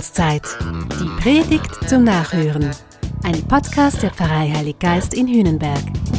Passionszeit. Die Predigt zum Nachhören. Ein Podcast der Pfarrei Heilig Geist in Hühnenberg.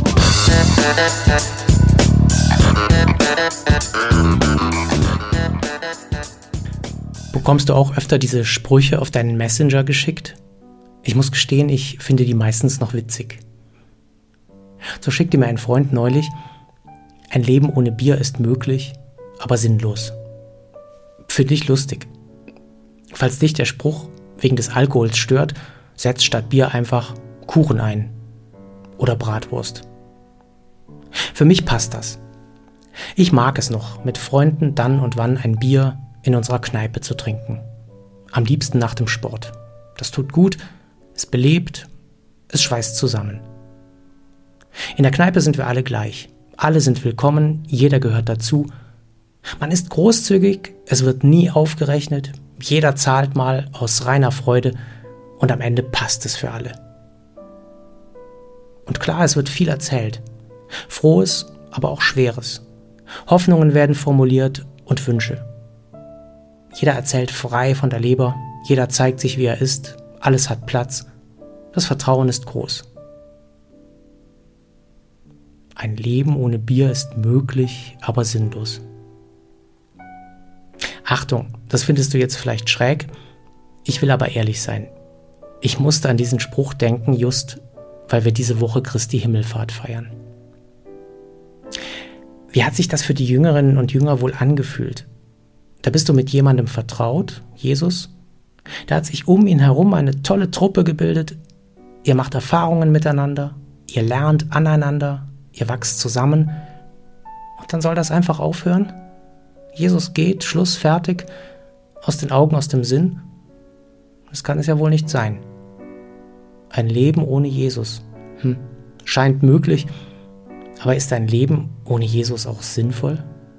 Bekommst du auch öfter diese Sprüche auf deinen Messenger geschickt? Ich muss gestehen, ich finde die meistens noch witzig. So schickte mir ein Freund neulich: Ein Leben ohne Bier ist möglich, aber sinnlos. Finde ich lustig. Falls dich der Spruch wegen des Alkohols stört, setz statt Bier einfach Kuchen ein. Oder Bratwurst. Für mich passt das. Ich mag es noch, mit Freunden dann und wann ein Bier in unserer Kneipe zu trinken. Am liebsten nach dem Sport. Das tut gut, es belebt, es schweißt zusammen. In der Kneipe sind wir alle gleich. Alle sind willkommen, jeder gehört dazu. Man ist großzügig, es wird nie aufgerechnet, jeder zahlt mal aus reiner Freude und am Ende passt es für alle. Und klar, es wird viel erzählt. Frohes, aber auch Schweres. Hoffnungen werden formuliert und Wünsche. Jeder erzählt frei von der Leber, jeder zeigt sich, wie er ist, alles hat Platz. Das Vertrauen ist groß. Ein Leben ohne Bier ist möglich, aber sinnlos. Achtung, das findest du jetzt vielleicht schräg, ich will aber ehrlich sein. Ich musste an diesen Spruch denken, just weil wir diese Woche Christi Himmelfahrt feiern. Wie hat sich das für die Jüngerinnen und Jünger wohl angefühlt? Da bist du mit jemandem vertraut, Jesus. Da hat sich um ihn herum eine tolle Truppe gebildet. Ihr macht Erfahrungen miteinander, ihr lernt aneinander, ihr wächst zusammen. Und dann soll das einfach aufhören? Jesus geht, Schluss, fertig, aus den Augen, aus dem Sinn. Das kann es ja wohl nicht sein. Ein Leben ohne Jesus. Scheint möglich, aber ist ein Leben ohne Jesus auch sinnvoll?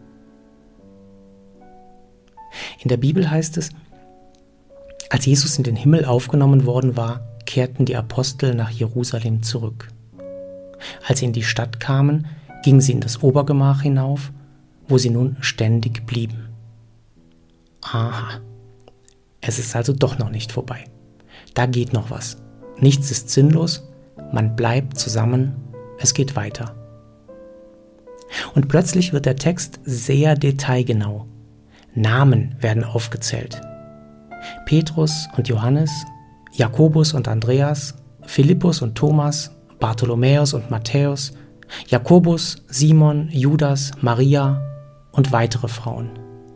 In der Bibel heißt es, als Jesus in den Himmel aufgenommen worden war, kehrten die Apostel nach Jerusalem zurück. Als sie in die Stadt kamen, gingen sie in das Obergemach hinauf, wo sie nun ständig blieben. Aha, es ist also doch noch nicht vorbei. Da geht noch was. Nichts ist sinnlos, man bleibt zusammen, es geht weiter. Und plötzlich wird der Text sehr detailgenau. Namen werden aufgezählt. Petrus und Johannes, Jakobus und Andreas, Philippus und Thomas, Bartholomäus und Matthäus, Jakobus, Simon, Judas, Maria und weitere Frauen.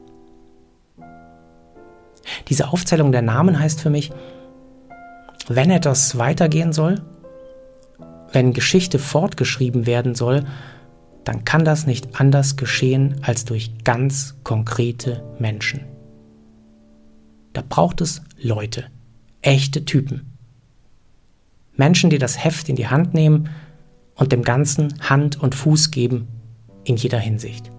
Diese Aufzählung der Namen heißt für mich, wenn etwas weitergehen soll, wenn Geschichte fortgeschrieben werden soll, dann kann das nicht anders geschehen als durch ganz konkrete Menschen. Da braucht es Leute, echte Typen. Menschen, die das Heft in die Hand nehmen und dem Ganzen Hand und Fuß geben in jeder Hinsicht.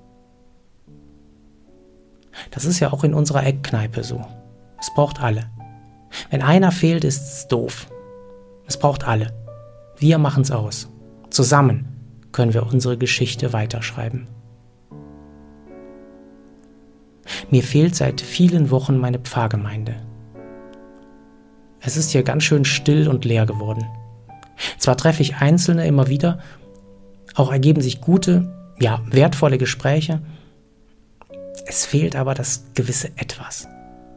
Das ist ja auch in unserer Eckkneipe so. Es braucht alle. Wenn einer fehlt, ist es doof. Es braucht alle. Wir machen es aus. Zusammen können wir unsere Geschichte weiterschreiben. Mir fehlt seit vielen Wochen meine Pfarrgemeinde. Es ist hier ganz schön still und leer geworden. Zwar treffe ich Einzelne immer wieder, auch ergeben sich gute, ja, wertvolle Gespräche. Es fehlt aber das gewisse Etwas.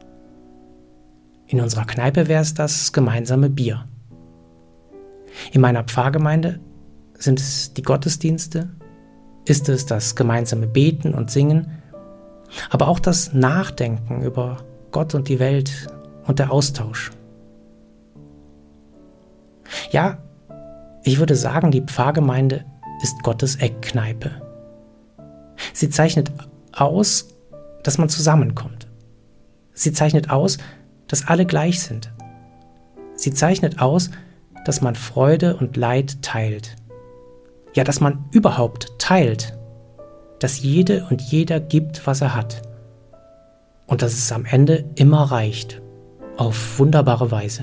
In unserer Kneipe wäre es das gemeinsame Bier. In meiner Pfarrgemeinde sind es die Gottesdienste, ist es das gemeinsame Beten und Singen, aber auch das Nachdenken über Gott und die Welt und der Austausch. Ja, ich würde sagen, die Pfarrgemeinde ist Gottes Eckkneipe. Sie zeichnet aus, dass man zusammenkommt. Sie zeichnet aus, dass alle gleich sind. Sie zeichnet aus, dass man Freude und Leid teilt. Ja, dass man überhaupt teilt. Dass jede und jeder gibt, was er hat. Und dass es am Ende immer reicht. Auf wunderbare Weise.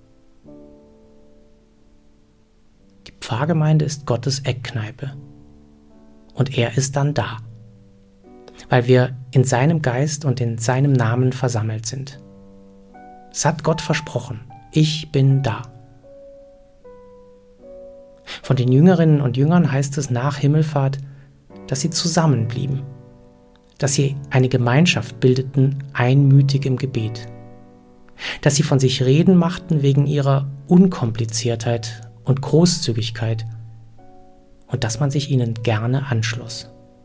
Die Pfarrgemeinde ist Gottes Eckkneipe. Und er ist dann da. Weil wir in seinem Geist und in seinem Namen versammelt sind. Es hat Gott versprochen. Ich bin da. Von den Jüngerinnen und Jüngern heißt es nach Himmelfahrt, dass sie zusammenblieben, dass sie eine Gemeinschaft bildeten, einmütig im Gebet, dass sie von sich reden machten wegen ihrer Unkompliziertheit und Großzügigkeit und dass man sich ihnen gerne anschloss.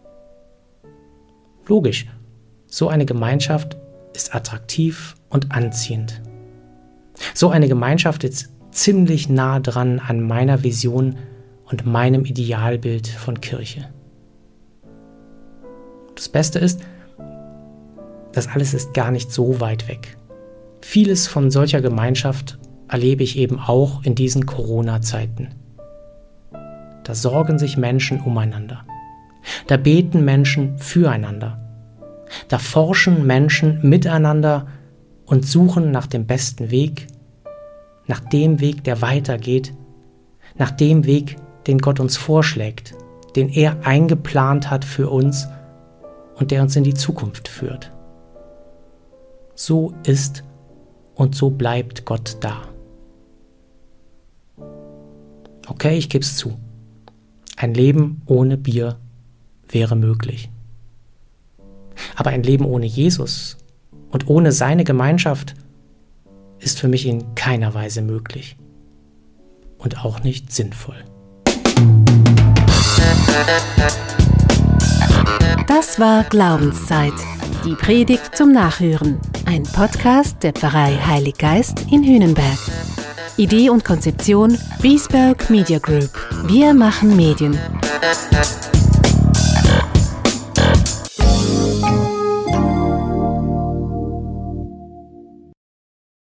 Logisch, so eine Gemeinschaft ist attraktiv und anziehend. So eine Gemeinschaft ist ziemlich nah dran an meiner Vision und meinem Idealbild von Kirche. Das Beste ist, das alles ist gar nicht so weit weg. Vieles von solcher Gemeinschaft erlebe ich eben auch in diesen Corona-Zeiten. Da sorgen sich Menschen umeinander. Da beten Menschen füreinander. Da forschen Menschen miteinander und suchen nach dem besten Weg, nach dem Weg, der weitergeht, nach dem Weg, den Gott uns vorschlägt, den er eingeplant hat für uns und der uns in die Zukunft führt. So ist und so bleibt Gott da. Okay, ich gebe es zu. Ein Leben ohne Bier wäre möglich. Aber ein Leben ohne Jesus und ohne seine Gemeinschaft ist für mich in keiner Weise möglich und auch nicht sinnvoll. Das war Glaubenszeit. Die Predigt zum Nachhören. Ein Podcast der Pfarrei Heilig Geist in Hühnenberg. Idee und Konzeption Biesberg Media Group. Wir machen Medien.